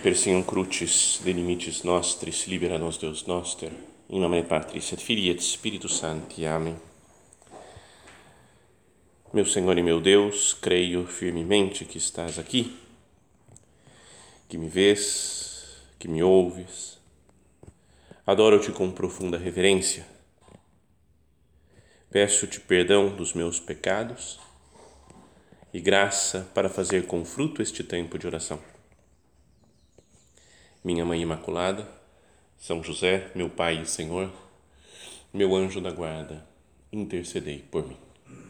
Persium crucis de limites nostris, libera nos Deus noster, in nomine Patris et Filii et Spiritus Sancti. Amém. Meu Senhor e meu Deus, creio firmemente que estás aqui, que me vês, que me ouves. Adoro-te com profunda reverência. Peço-te perdão dos meus pecados e graça para fazer com fruto este tempo de oração. Minha Mãe Imaculada, São José, meu Pai e Senhor, meu anjo da guarda, intercedei por mim.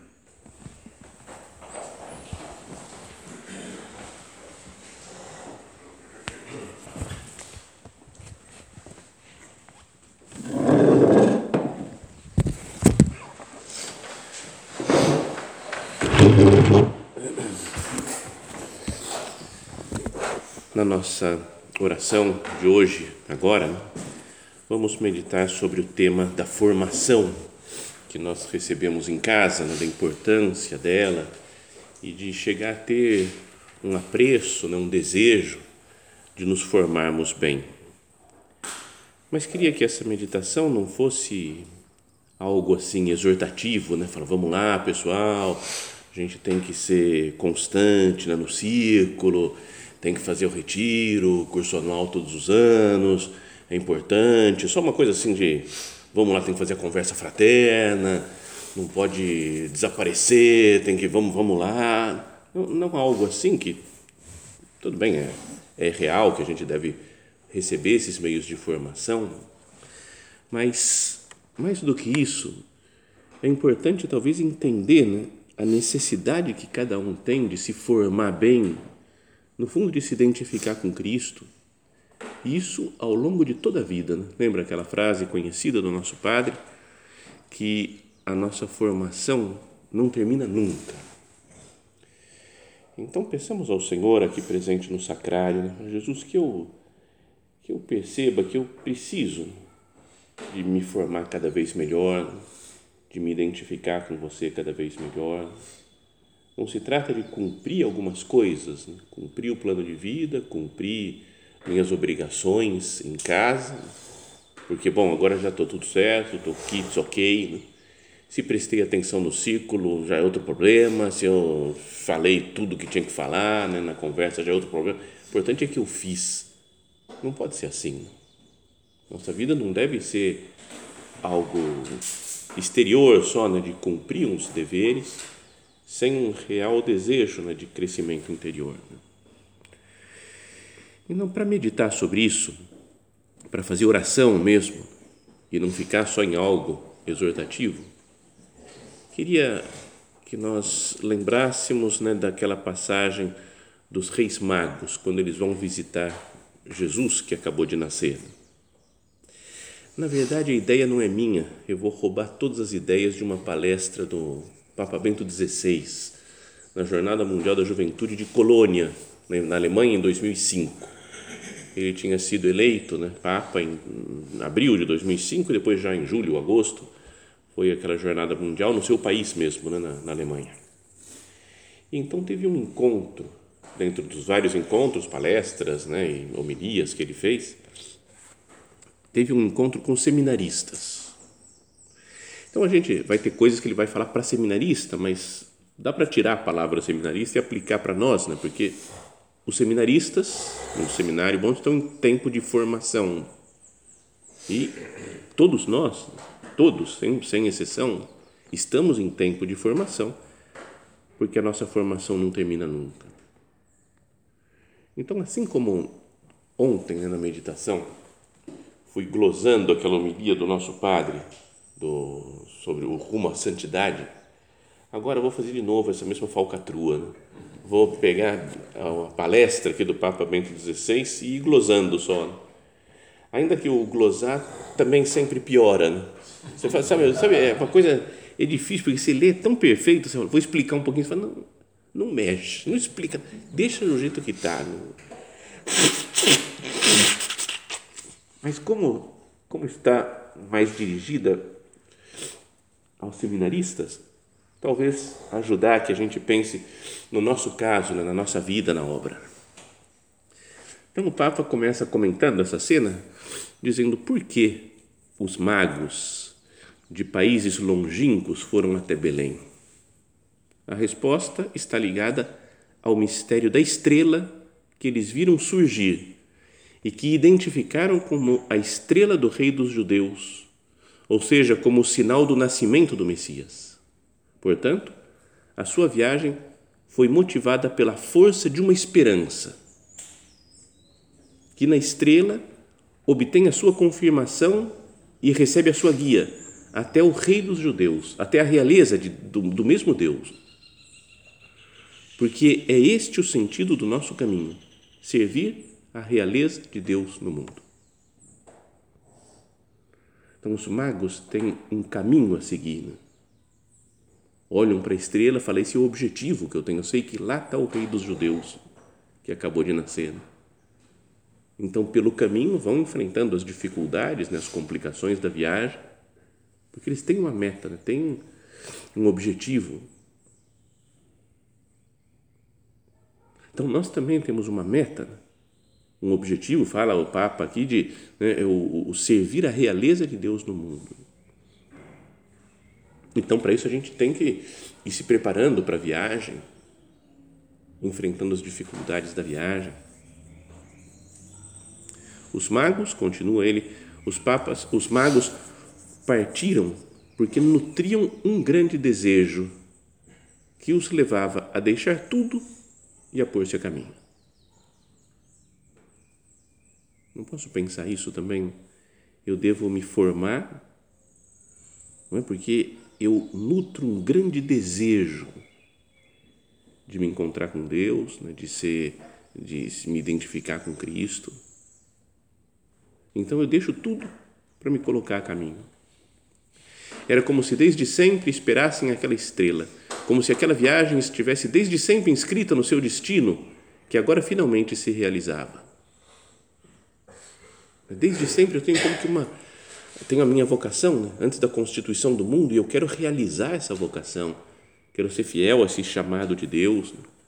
Na nossa oração de hoje, agora, vamos meditar sobre o tema da formação que nós recebemos em casa, da importância dela e de chegar a ter um apreço, um desejo de nos formarmos bem. Mas queria que essa meditação não fosse algo assim exortativo, Falar, vamos lá, pessoal, a gente tem que ser constante no círculo, tem que fazer o retiro, curso anual todos os anos, é importante, só uma coisa assim de, vamos lá, tem que fazer a conversa fraterna, não pode desaparecer, tem que, vamos lá, não algo assim que, tudo bem, é real que a gente deve receber esses meios de formação, mas mais do que isso, é importante talvez entender a necessidade que cada um tem de se formar bem, no fundo de se identificar com Cristo, isso ao longo de toda a vida. Lembra aquela frase conhecida do nosso Padre, que a nossa formação não termina nunca. Então peçamos ao Senhor aqui presente no sacrário, Jesus, que eu perceba que eu preciso de me formar cada vez melhor, de me identificar com você cada vez melhor. Não se trata de cumprir algumas coisas, cumprir o plano de vida, cumprir minhas obrigações em casa, porque, agora já estou tudo certo, estou kids, ok. Se prestei atenção no círculo, já é outro problema. Se eu falei tudo que tinha que falar, na conversa, já é outro problema. O importante é que eu fiz. Não pode ser assim. Nossa vida não deve ser algo exterior só, de cumprir uns deveres, sem um real desejo de crescimento interior. Então, para meditar sobre isso, para fazer oração mesmo, e não ficar só em algo exortativo, queria que nós lembrássemos daquela passagem dos Reis Magos, quando eles vão visitar Jesus, que acabou de nascer. Na verdade, a ideia não é minha, eu vou roubar todas as ideias de uma palestra do Papa Bento XVI, na Jornada Mundial da Juventude de Colônia, na Alemanha, em 2005. Ele tinha sido eleito Papa em abril de 2005 e depois já em julho, agosto, foi aquela Jornada Mundial no seu país mesmo, na Alemanha. Então teve um encontro, dentro dos vários encontros, palestras e homilias que ele fez, teve um encontro com seminaristas. Então a gente vai ter coisas que ele vai falar para seminarista, mas dá para tirar a palavra seminarista e aplicar para nós, porque os seminaristas no seminário estão em tempo de formação e todos nós, todos sem exceção, estamos em tempo de formação, porque a nossa formação não termina nunca. Então, assim como ontem na meditação fui glosando aquela homilia do nosso Padre sobre o rumo à santidade, agora vou fazer de novo essa mesma falcatrua. Vou pegar a palestra aqui do Papa Bento XVI e ir glosando só. Ainda que o glosar também sempre piora. Você fala, sabe, é uma coisa, é difícil, porque você lê tão perfeito, você fala, vou explicar um pouquinho, você fala, não mexe, não explica, deixa do jeito que está. Mas como está mais dirigida aos seminaristas, talvez ajudar que a gente pense no nosso caso, na nossa vida, na obra. Então o Papa começa comentando essa cena, dizendo por que os magos de países longínquos foram até Belém. A resposta está ligada ao mistério da estrela que eles viram surgir e que identificaram como a estrela do Rei dos Judeus, ou seja, como o sinal do nascimento do Messias. Portanto, a sua viagem foi motivada pela força de uma esperança, que na estrela obtém a sua confirmação e recebe a sua guia até o Rei dos Judeus, até a realeza do mesmo Deus. Porque é este o sentido do nosso caminho, servir a realeza de Deus no mundo. Então os magos têm um caminho a seguir, né? Olham para a estrela e falam, esse é o objetivo que eu tenho, eu sei que lá está o Rei dos Judeus, que acabou de nascer. Então, pelo caminho, vão enfrentando as dificuldades, né, as complicações da viagem, porque eles têm uma meta, né, têm um objetivo. Então, nós também temos uma meta, né, um objetivo, fala o Papa aqui, de o servir a realeza de Deus no mundo. Então, para isso, a gente tem que ir se preparando para a viagem, enfrentando as dificuldades da viagem. Os magos, continua ele, os magos partiram porque nutriam um grande desejo que os levava a deixar tudo e a pôr-se a caminho. Não posso pensar isso também? Eu devo me formar, não é? Porque eu nutro um grande desejo de me encontrar com Deus, né? de me identificar com Cristo. Então eu deixo tudo para me colocar a caminho. Era como se desde sempre esperassem aquela estrela, como se aquela viagem estivesse desde sempre inscrita no seu destino, que agora finalmente se realizava. Desde sempre eu tenho como que tenho a minha vocação, né? Antes da constituição do mundo, e eu quero realizar essa vocação, quero ser fiel a esse chamado de Deus.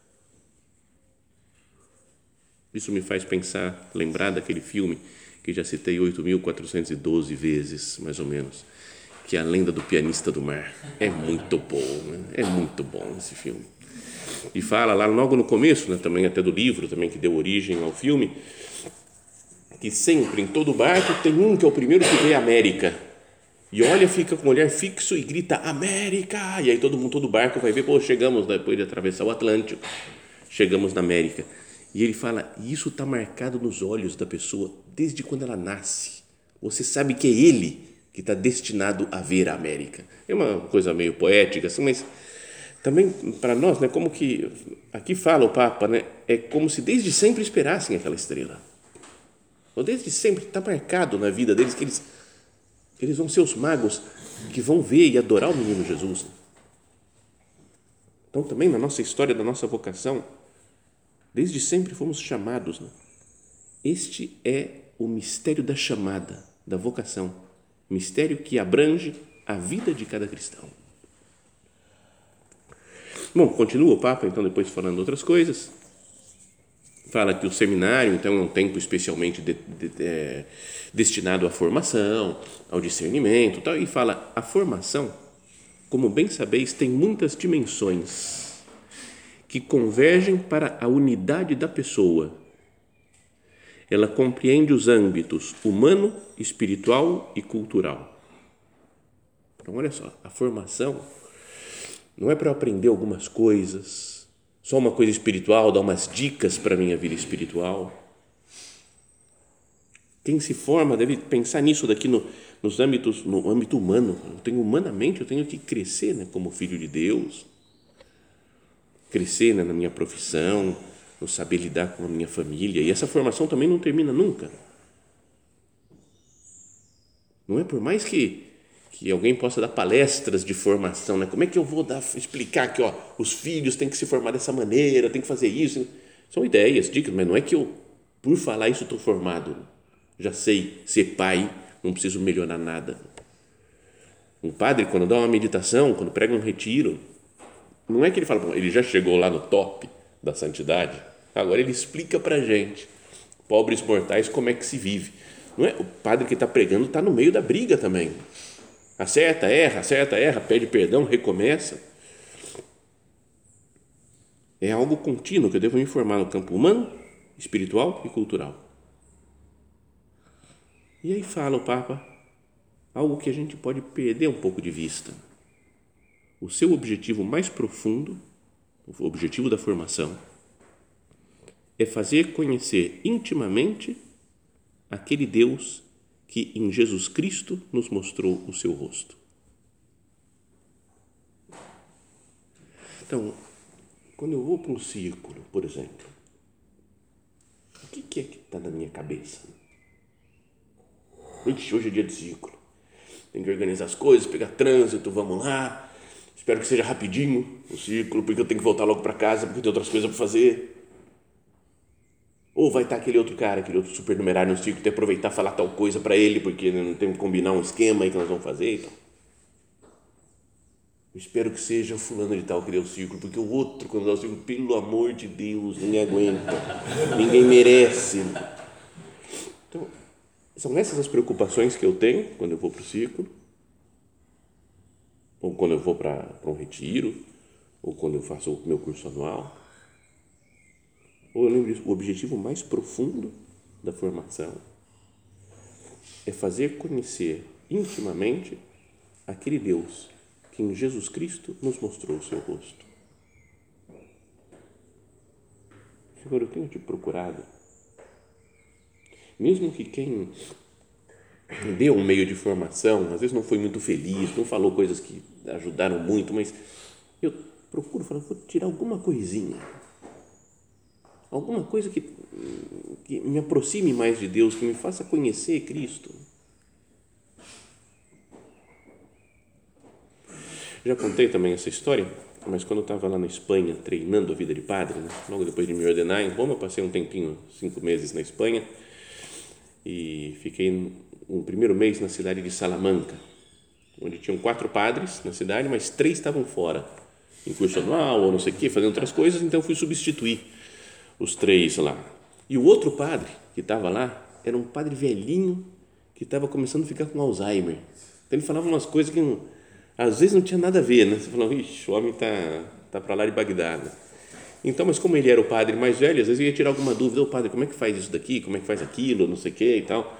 Isso me faz pensar, lembrar daquele filme que já citei 8.412 vezes, mais ou menos, que é A Lenda do Pianista do Mar. É muito bom, né? É muito bom esse filme. E fala lá logo no começo, né, também até do livro, também que deu origem ao filme, que sempre, em todo barco, tem um que é o primeiro que vê a América. E olha, fica com o olhar fixo e grita, América! E aí todo barco vai ver, chegamos, depois de atravessar o Atlântico, chegamos na América. E ele fala, isso está marcado nos olhos da pessoa desde quando ela nasce. Você sabe que é ele que está destinado a ver a América. É uma coisa meio poética, assim, mas também para nós, né, como que aqui fala o Papa, né, é como se desde sempre esperassem aquela estrela. Ou desde sempre está marcado na vida deles que eles vão ser os magos que vão ver e adorar o menino Jesus. Então também na nossa história, da nossa vocação, desde sempre fomos chamados, né? Este é o mistério da chamada, da vocação, mistério que abrange a vida de cada cristão. Bom, continua o Papa, então, depois falando outras coisas. Fala que o seminário, então, é um tempo especialmente destinado à formação, ao discernimento, tal, e fala, a formação, como bem sabeis, tem muitas dimensões que convergem para a unidade da pessoa. Ela compreende os âmbitos humano, espiritual e cultural. Então, olha só, a formação não é para aprender algumas coisas, só uma coisa espiritual, dar umas dicas para a minha vida espiritual. Quem se forma deve pensar nisso daqui no âmbito humano. Humanamente, eu tenho que crescer, né, como filho de Deus, crescer, né, na minha profissão, no saber lidar com a minha família. E essa formação também não termina nunca. Não é por mais que alguém possa dar palestras de formação, né? Como é que eu vou explicar que os filhos têm que se formar dessa maneira, têm que fazer isso? São ideias, dicas, mas não é que eu, por falar isso, estou formado. Já sei ser pai, não preciso melhorar nada. Um padre, quando dá uma meditação, quando prega um retiro, não é que ele fala, ele já chegou lá no top da santidade, agora ele explica para a gente pobres mortais, como é que se vive. Não é? O padre que está pregando está no meio da briga também. Acerta, erra, pede perdão, recomeça. É algo contínuo que eu devo me formar no campo humano, espiritual e cultural. E aí fala o Papa algo que a gente pode perder um pouco de vista. O seu objetivo mais profundo, o objetivo da formação, é fazer conhecer intimamente aquele Deus que em Jesus Cristo nos mostrou o seu rosto. Então, quando eu vou para um círculo, por exemplo, o que é que está na minha cabeça? Hoje é dia de círculo, tem que organizar as coisas, pegar trânsito, vamos lá, espero que seja rapidinho o círculo, porque eu tenho que voltar logo para casa, porque tem outras coisas para fazer. Ou vai estar aquele outro cara, aquele outro supernumerário no círculo, tem que aproveitar e falar tal coisa para ele, porque não tem que combinar um esquema aí que nós vamos fazer. Então, eu espero que seja o fulano de tal que deu o círculo, porque o outro, quando dá o círculo, pelo amor de Deus, ninguém aguenta, ninguém merece. Então, são essas as preocupações que eu tenho quando eu vou para o círculo, ou quando eu vou para um retiro, ou quando eu faço o meu curso anual. Ou eu lembro disso, o objetivo mais profundo da formação é fazer conhecer intimamente aquele Deus que em Jesus Cristo nos mostrou o seu rosto. Senhor, eu tenho te procurado, mesmo que quem deu um meio de formação, às vezes não foi muito feliz, não falou coisas que ajudaram muito, mas eu procuro falar, vou tirar alguma coisinha, alguma coisa que me aproxime mais de Deus, que me faça conhecer Cristo. Já contei também essa história, mas quando eu estava lá na Espanha treinando a vida de padre, né, logo depois de me ordenar em Roma, eu passei um tempinho, 5 meses na Espanha, e fiquei um primeiro mês na cidade de Salamanca, onde tinham 4 padres na cidade, mas 3 estavam fora, em curso anual ou não sei o quê, fazendo outras coisas, então fui substituir os 3 lá. E o outro padre que estava lá era um padre velhinho que estava começando a ficar com Alzheimer. Então ele falava umas coisas que às vezes não tinha nada a ver, né? Você falava, ixi, o homem tá para lá de Bagdá. Né? Então, mas como ele era o padre mais velho, às vezes eu ia tirar alguma dúvida, ô padre, como é que faz isso daqui, como é que faz aquilo, não sei o que e tal.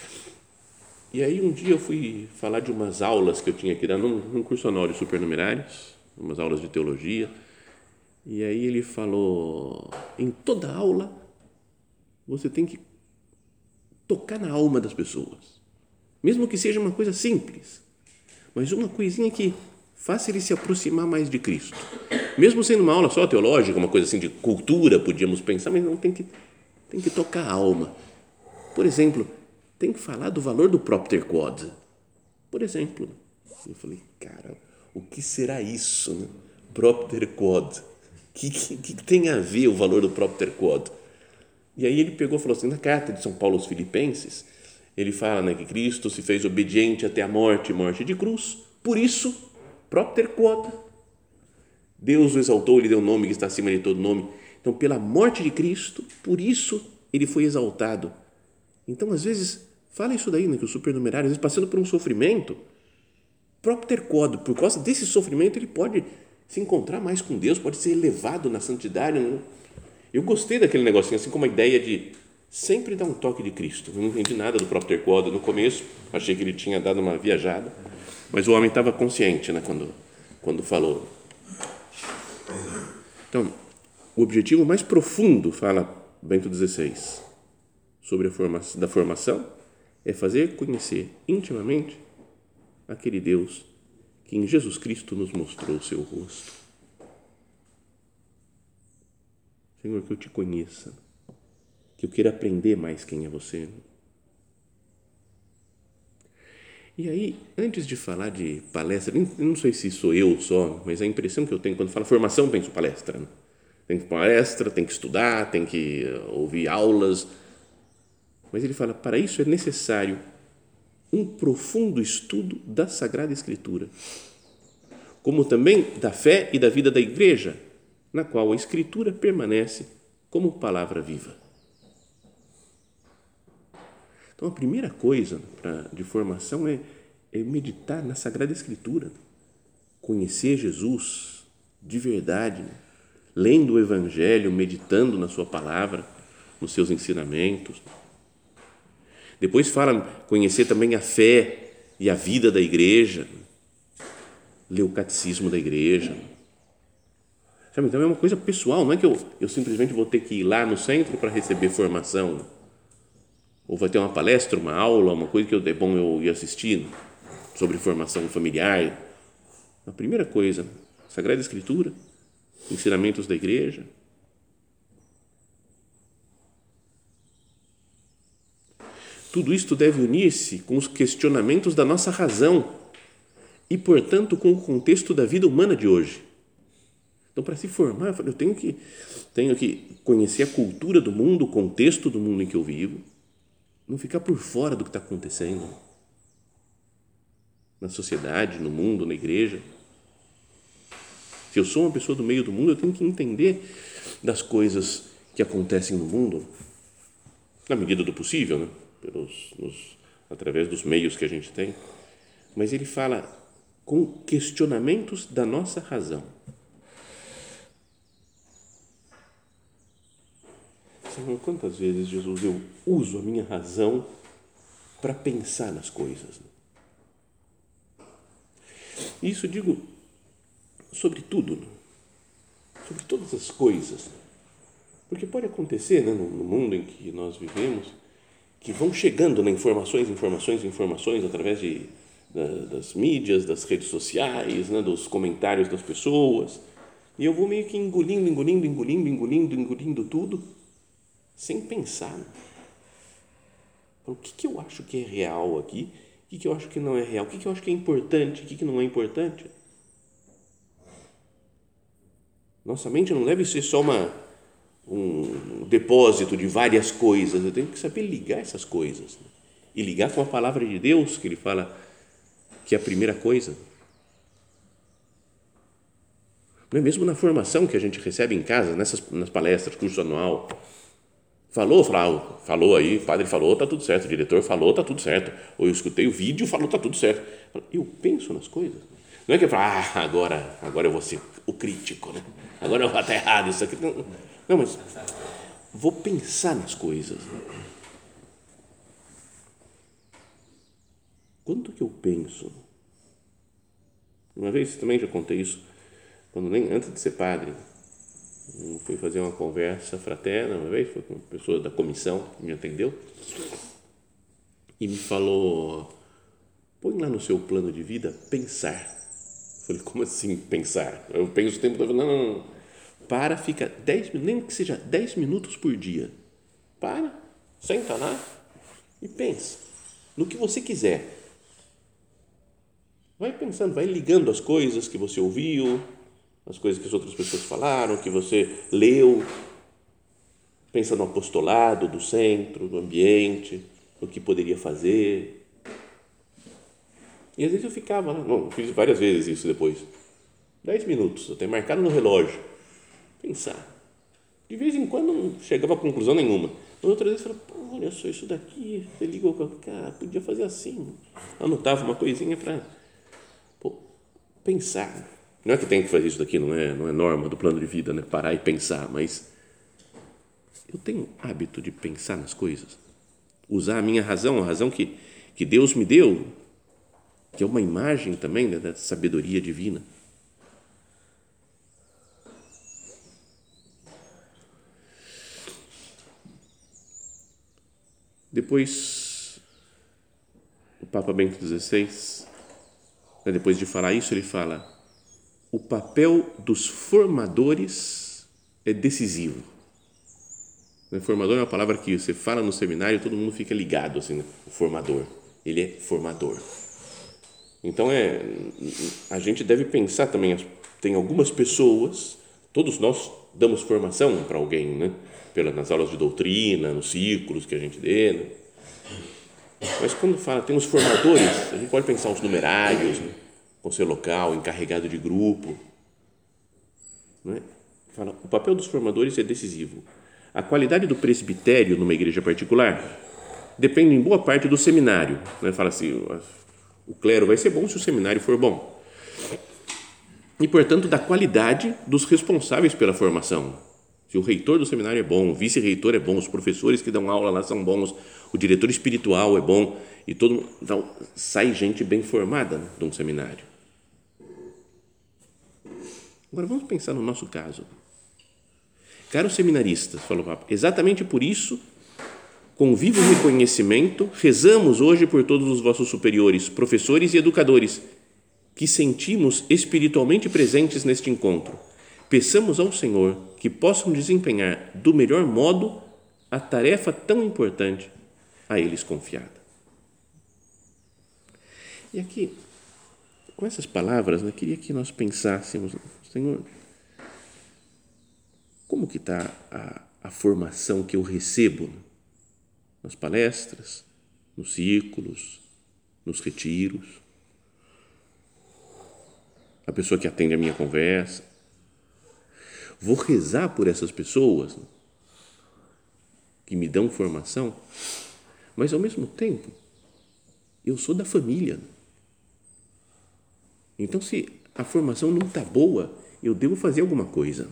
E aí um dia eu fui falar de umas aulas que eu tinha que dar num curso anual de supernumerários, umas aulas de teologia, e aí ele falou, em toda aula você tem que tocar na alma das pessoas, mesmo que seja uma coisa simples, mas uma coisinha que faça ele se aproximar mais de Cristo, mesmo sendo uma aula só teológica, uma coisa assim de cultura, podíamos pensar, mas não tem que tocar a alma. Por exemplo, tem que falar do valor do propter quod. Por exemplo, eu falei, cara, o que será isso, né? Propter quod. O que tem a ver o valor do propter quod? E aí ele pegou e falou assim, na carta de São Paulo aos Filipenses, ele fala, né, que Cristo se fez obediente até a morte de cruz, por isso, propter quod. Deus o exaltou, lhe deu um nome que está acima de todo nome. Então, pela morte de Cristo, por isso ele foi exaltado. Então, às vezes, fala isso daí, né, que o supernumerário, às vezes, passando por um sofrimento, propter quod, por causa desse sofrimento, ele pode se encontrar mais com Deus, pode ser elevado na santidade. Né? Eu gostei daquele negocinho, assim como a ideia de sempre dar um toque de Cristo. Eu não entendi nada do propter quod no começo, achei que ele tinha dado uma viajada, mas o homem estava consciente, né, quando falou. Então, o objetivo mais profundo, fala Bento XVI, sobre da formação, é fazer conhecer intimamente aquele Deus que em Jesus Cristo nos mostrou o seu rosto. Senhor, que eu te conheça, que eu queira aprender mais quem é você. E aí, antes de falar de palestra, não sei se sou eu só, mas a impressão que eu tenho quando falo formação, penso palestra. Né? Tem palestra, tem que estudar, tem que ouvir aulas. Mas ele fala, para isso é necessário um profundo estudo da Sagrada Escritura, como também da fé e da vida da Igreja, na qual a Escritura permanece como palavra viva. Então, a primeira coisa de formação é meditar na Sagrada Escritura, conhecer Jesus de verdade, lendo o Evangelho, meditando na sua palavra, nos seus ensinamentos. Depois fala conhecer também a fé e a vida da igreja, ler o catecismo da igreja. Sabe? Então é uma coisa pessoal, não é que eu simplesmente vou ter que ir lá no centro para receber formação, ou vai ter uma palestra, uma aula, uma coisa que é bom eu ir assistir sobre formação familiar. A primeira coisa, Sagrada Escritura, ensinamentos da igreja. Tudo isto deve unir-se com os questionamentos da nossa razão e, portanto, com o contexto da vida humana de hoje. Então, para se formar, eu tenho que conhecer a cultura do mundo, o contexto do mundo em que eu vivo, não ficar por fora do que está acontecendo na sociedade, no mundo, na igreja. Se eu sou uma pessoa do meio do mundo, eu tenho que entender das coisas que acontecem no mundo, na medida do possível, né? Através dos meios que a gente tem. Mas ele fala com questionamentos da nossa razão. Senhor, quantas vezes, Jesus, eu uso a minha razão para pensar nas coisas? Isso digo sobre tudo, sobre todas as coisas. Porque pode acontecer, né, no mundo em que nós vivemos, que vão chegando, né, informações através das mídias, das redes sociais, né, dos comentários das pessoas, e eu vou meio que engolindo tudo, sem pensar. O que eu acho que é real aqui, o que eu acho que não é real, o que eu acho que é importante, o que não é importante. Nossa mente não deve ser só um depósito de várias coisas, eu tenho que saber ligar essas coisas, né? E ligar com a palavra de Deus, que ele fala que é a primeira coisa. Não é mesmo na formação que a gente recebe em casa, nas palestras, curso anual, falou aí, o padre falou, está tudo certo, o diretor falou, está tudo certo, ou eu escutei o vídeo, falou, está tudo certo. Eu penso nas coisas. Não é que eu falo, agora eu vou ser o crítico, né? Agora eu vou estar errado isso aqui. Não, mas vou pensar nas coisas. Quanto que eu penso? Uma vez também já contei isso, antes de ser padre, eu fui fazer uma conversa fraterna uma vez, foi com uma pessoa da comissão que me atendeu e me falou, põe lá no seu plano de vida pensar. Eu falei, como assim pensar? Eu penso o tempo todo, não. Para, fica 10 minutos, nem que seja 10 minutos por dia. Para, senta lá e pensa no que você quiser. Vai pensando, vai ligando as coisas que você ouviu, as coisas que as outras pessoas falaram, que você leu. Pensa no apostolado, do centro, do ambiente, no que poderia fazer. E às vezes eu ficava lá, fiz várias vezes isso depois. 10 minutos, até marcado no relógio. Pensar. De vez em quando não chegava a conclusão nenhuma. Outras vezes eu falava, olha só isso daqui, você ligou com cara, podia fazer assim. Anotava uma coisinha para pensar. Não é que tem que fazer isso daqui, não é norma do plano de vida, né? Parar e pensar, mas eu tenho hábito de pensar nas coisas. Usar a minha razão, a razão que Deus me deu, que é uma imagem também, né, da sabedoria divina. Depois, o Papa Bento XVI, depois de falar isso, ele fala: o papel dos formadores é decisivo. Formador é uma palavra que você fala no seminário e todo mundo fica ligado, assim, né? O formador, ele é formador. Então, a gente deve pensar também, tem algumas pessoas, todos nós damos formação para alguém, né? Nas aulas de doutrina, nos círculos que a gente dê, né? Mas quando fala, tem os formadores, a gente pode pensar os numerários, né? Conselho local, encarregado de grupo, né? Fala, o papel dos formadores é decisivo. A qualidade do presbitério numa igreja particular depende em boa parte do seminário, né? Fala assim, o clero vai ser bom se o seminário for bom. E, portanto, da qualidade dos responsáveis pela formação. Se o reitor do seminário é bom, o vice-reitor é bom, os professores que dão aula lá são bons, o diretor espiritual é bom, e todo então, sai gente bem formada de um seminário. Agora vamos pensar no nosso caso. Caros seminaristas, falou o Papa, exatamente por isso, com vivo reconhecimento, rezamos hoje por todos os vossos superiores, professores e educadores, que sentimos espiritualmente presentes neste encontro. Peçamos ao Senhor que possam desempenhar do melhor modo a tarefa tão importante a eles confiada. E aqui, com essas palavras, eu queria que nós pensássemos, Senhor, como que está a formação que eu recebo nas palestras, nos círculos, nos retiros, a pessoa que atende a minha conversa. Vou rezar por essas pessoas que me dão formação, mas ao mesmo tempo eu sou da família. Então, se a formação não está boa, eu devo fazer alguma coisa.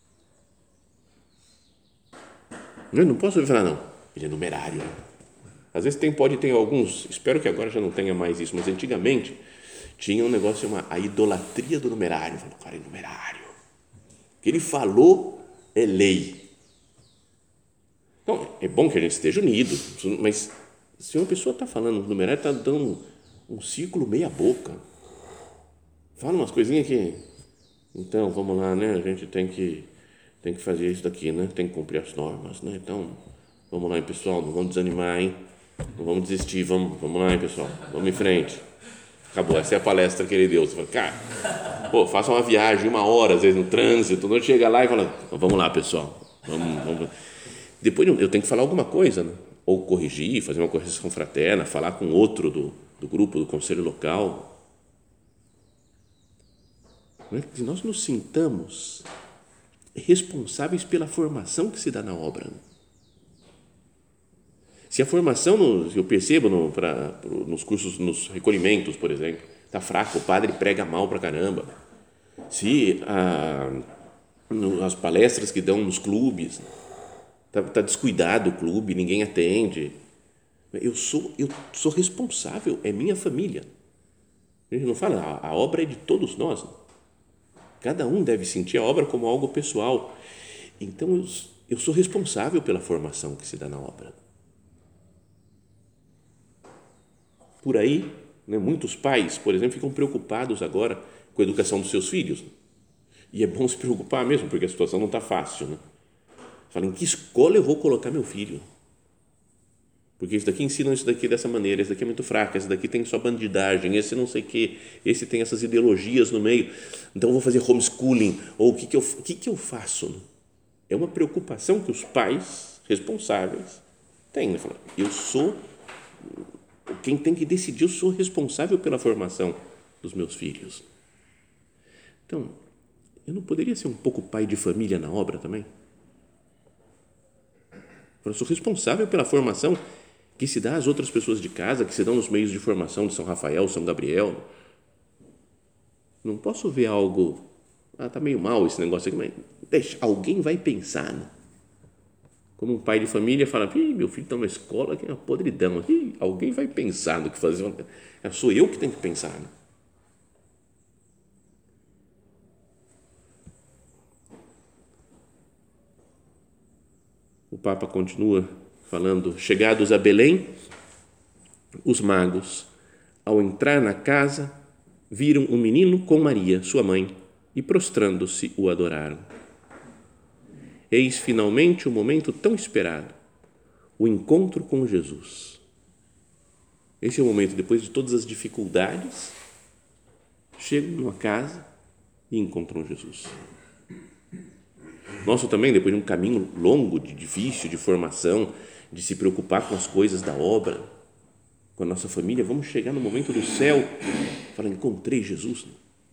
Eu não posso falar, não, ele é numerário. Às vezes pode ter alguns, espero que agora já não tenha mais isso, mas antigamente tinha um negócio, a idolatria do numerário. O cara é numerário. O que ele falou é lei. Então, é bom que a gente esteja unido, mas se uma pessoa está falando numerário, está dando um círculo meia boca. Fala umas coisinhas que... Então, vamos lá, né? A gente tem que fazer isso daqui, né? Tem que cumprir as normas, né? Então, vamos lá, hein, pessoal, não vamos desanimar, hein? Não vamos desistir, vamos lá, hein, pessoal, vamos em frente. Acabou, essa é a palestra que ele deu. Você fala, cara, faça uma viagem, 1 hora, às vezes no trânsito, não chega lá e fala, vamos lá, pessoal, vamos. Depois eu tenho que falar alguma coisa, né? Ou corrigir, fazer uma correção fraterna, falar com outro do grupo, do conselho local. Que nós nos sintamos responsáveis pela formação que se dá na obra. Se a formação, eu percebo nos cursos, nos recolhimentos, por exemplo, está fraco, o padre prega mal para caramba. Se as palestras que dão nos clubes, está descuidado o clube, ninguém atende. Eu sou responsável, é minha família. A gente não fala, a obra é de todos nós. Cada um deve sentir a obra como algo pessoal. Então, eu sou responsável pela formação que se dá na obra. Por aí, né, muitos pais, por exemplo, ficam preocupados agora com a educação dos seus filhos. E é bom se preocupar mesmo, porque a situação não está fácil. Né? Falam, em que escola eu vou colocar meu filho? Porque esse daqui ensina isso daqui dessa maneira, esse daqui é muito fraco, esse daqui tem só bandidagem, esse não sei o quê, esse tem essas ideologias no meio, então eu vou fazer homeschooling, ou o que eu faço? Né? É uma preocupação que os pais responsáveis têm. Né? Falam, eu sou... Quem tem que decidir, eu sou responsável pela formação dos meus filhos. Então, eu não poderia ser um pouco pai de família na obra também? Eu sou responsável pela formação que se dá às outras pessoas de casa, que se dão nos meios de formação de São Rafael, São Gabriel. Não posso ver algo, está meio mal esse negócio aqui, mas deixa, alguém vai pensar, né? Como um pai de família fala, meu filho está numa escola que é uma podridão, alguém vai pensar no que fazer, sou eu que tenho que pensar. Né? O Papa continua falando, chegados a Belém, os magos, ao entrar na casa, viram um menino com Maria, sua mãe, e prostrando-se o adoraram. Eis finalmente o momento tão esperado, o encontro com Jesus. Esse é o momento, depois de todas as dificuldades, chegam numa casa e encontram Jesus. Nosso também, depois de um caminho longo, difícil, de formação, de se preocupar com as coisas da obra, com a nossa família, vamos chegar no momento do céu, fala, encontrei Jesus,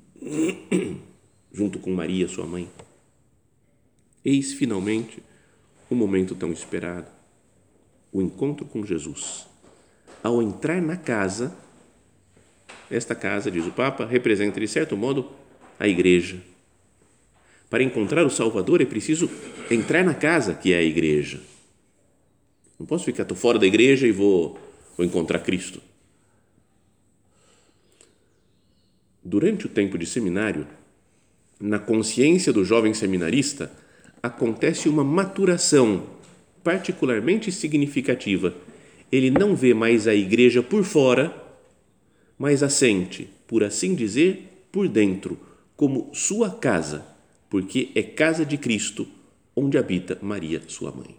junto com Maria, sua mãe. Eis finalmente o momento tão esperado. o encontro com Jesus. Ao entrar na casa, esta casa, diz o Papa, representa, de certo modo, a igreja. Para encontrar o Salvador é preciso entrar na casa, que é a igreja. Não posso ficar, estou fora da igreja e vou encontrar Cristo. Durante o tempo de seminário, na consciência do jovem seminarista, acontece uma maturação particularmente significativa. Ele não vê mais a igreja por fora, mas a sente, por assim dizer, por dentro, como sua casa, porque é casa de Cristo, onde habita Maria, sua mãe.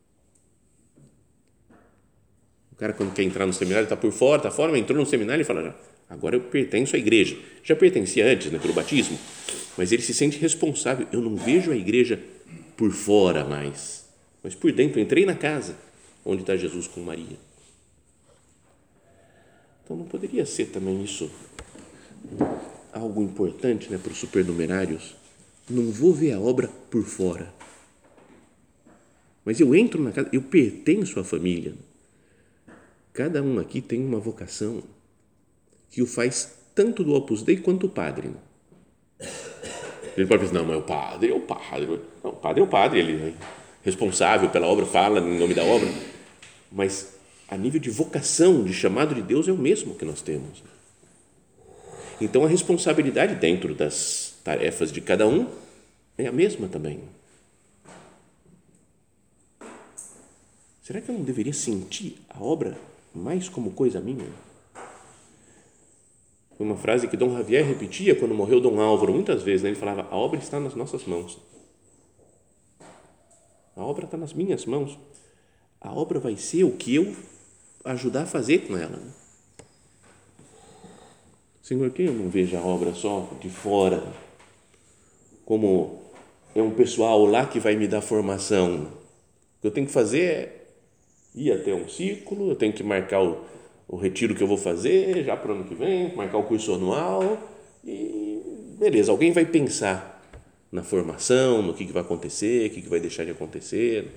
O cara, quando quer entrar no seminário, está por fora, está fora, mas entrou no seminário e fala, agora eu pertenço à igreja. Já pertencia antes, pelo batismo, mas ele se sente responsável. Eu não vejo a igreja por fora mais, mas por dentro. Entrei na casa onde está Jesus com Maria. Então, não poderia ser também isso algo importante, para os supernumerários? Não vou ver a obra por fora, mas eu entro na casa, eu pertenço à família. Cada um aqui tem uma vocação que o faz tanto do Opus Dei quanto o padre. Ele pode pensar, não, mas o padre é o padre. Não, o padre é o padre, ele é responsável pela obra, fala em nome da obra, mas a nível de vocação, de chamado de Deus, é o mesmo que nós temos. Então, a responsabilidade dentro das tarefas de cada um é a mesma também. Será que eu não deveria sentir a obra mais como coisa minha? Foi uma frase que Dom Javier repetia quando morreu Dom Álvaro, muitas vezes, Ele falava, a obra está nas nossas mãos. A obra está nas minhas mãos. A obra vai ser o que eu ajudar a fazer com ela. Senhor, que eu não vejo a obra só de fora, como é um pessoal lá que vai me dar formação. O que eu tenho que fazer é ir até um círculo, eu tenho que marcar o retiro que eu vou fazer já para o ano que vem, marcar o curso anual e beleza, alguém vai pensar na formação, no que vai acontecer, o que vai deixar de acontecer,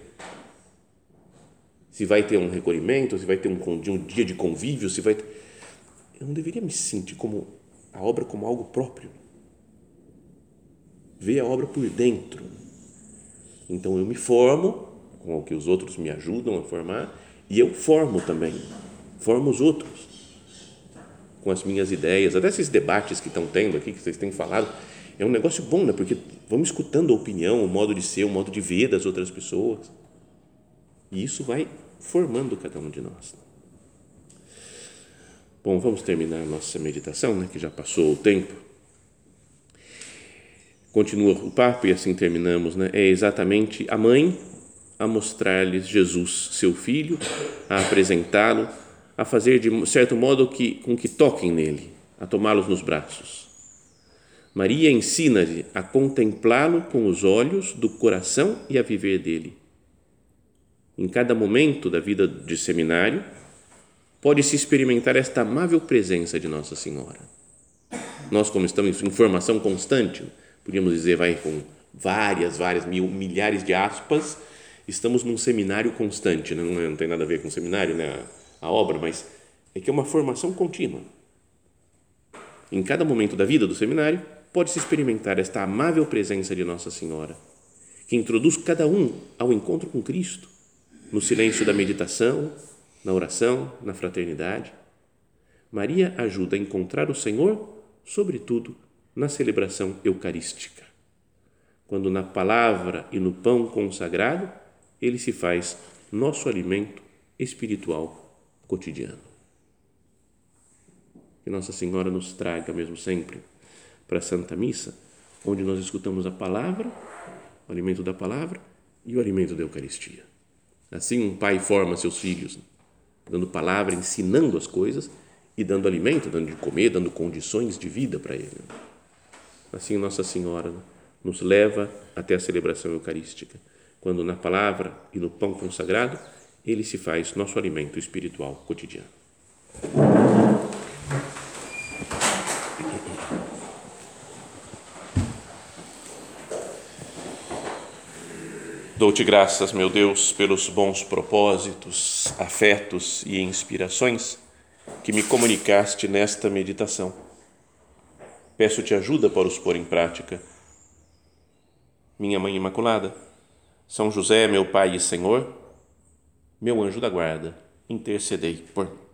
se vai ter um recolhimento, se vai ter um dia de convívio, se vai ter... Eu não deveria me sentir como a obra como algo próprio, ver a obra por dentro. Então eu me formo com o que os outros me ajudam a formar e eu formo também, formo os outros com as minhas ideias. Até esses debates que estão tendo aqui, que vocês têm falado, é um negócio bom, porque vamos escutando a opinião, o modo de ser, o modo de ver das outras pessoas, e isso vai formando cada um de nós. Bom, vamos terminar a nossa meditação, que já passou o tempo. Continua o papo e assim terminamos. É exatamente a mãe a mostrar-lhes Jesus, seu filho, a apresentá-lo, a fazer de certo modo com que toquem nele, a tomá-los nos braços. Maria ensina-lhe a contemplá-lo com os olhos do coração e a viver dele. Em cada momento da vida de seminário, pode-se experimentar esta amável presença de Nossa Senhora. Nós, como estamos em formação constante, podíamos dizer, com milhares de aspas, estamos num seminário constante, não tem nada a ver com seminário, a obra, mas é que é uma formação contínua. Em cada momento da vida do seminário, pode-se experimentar esta amável presença de Nossa Senhora, que introduz cada um ao encontro com Cristo, no silêncio da meditação, na oração, na fraternidade. Maria ajuda a encontrar o Senhor, sobretudo, na celebração eucarística, quando na palavra e no pão consagrado, ele se faz nosso alimento espiritual cotidiano. Que Nossa Senhora nos traga mesmo sempre para a Santa Missa, onde nós escutamos a palavra, o alimento da palavra e o alimento da Eucaristia. Assim um pai forma seus filhos, dando palavra, ensinando as coisas e dando alimento, dando de comer, dando condições de vida para ele. Assim Nossa Senhora nos leva até a celebração eucarística, quando na palavra e no pão consagrado ele se faz nosso alimento espiritual cotidiano. Dou-te graças, meu Deus, pelos bons propósitos, afetos e inspirações que me comunicaste nesta meditação. Peço-te ajuda para os pôr em prática. Minha Mãe Imaculada, São José, meu Pai e Senhor, meu anjo da guarda, intercedei por mim.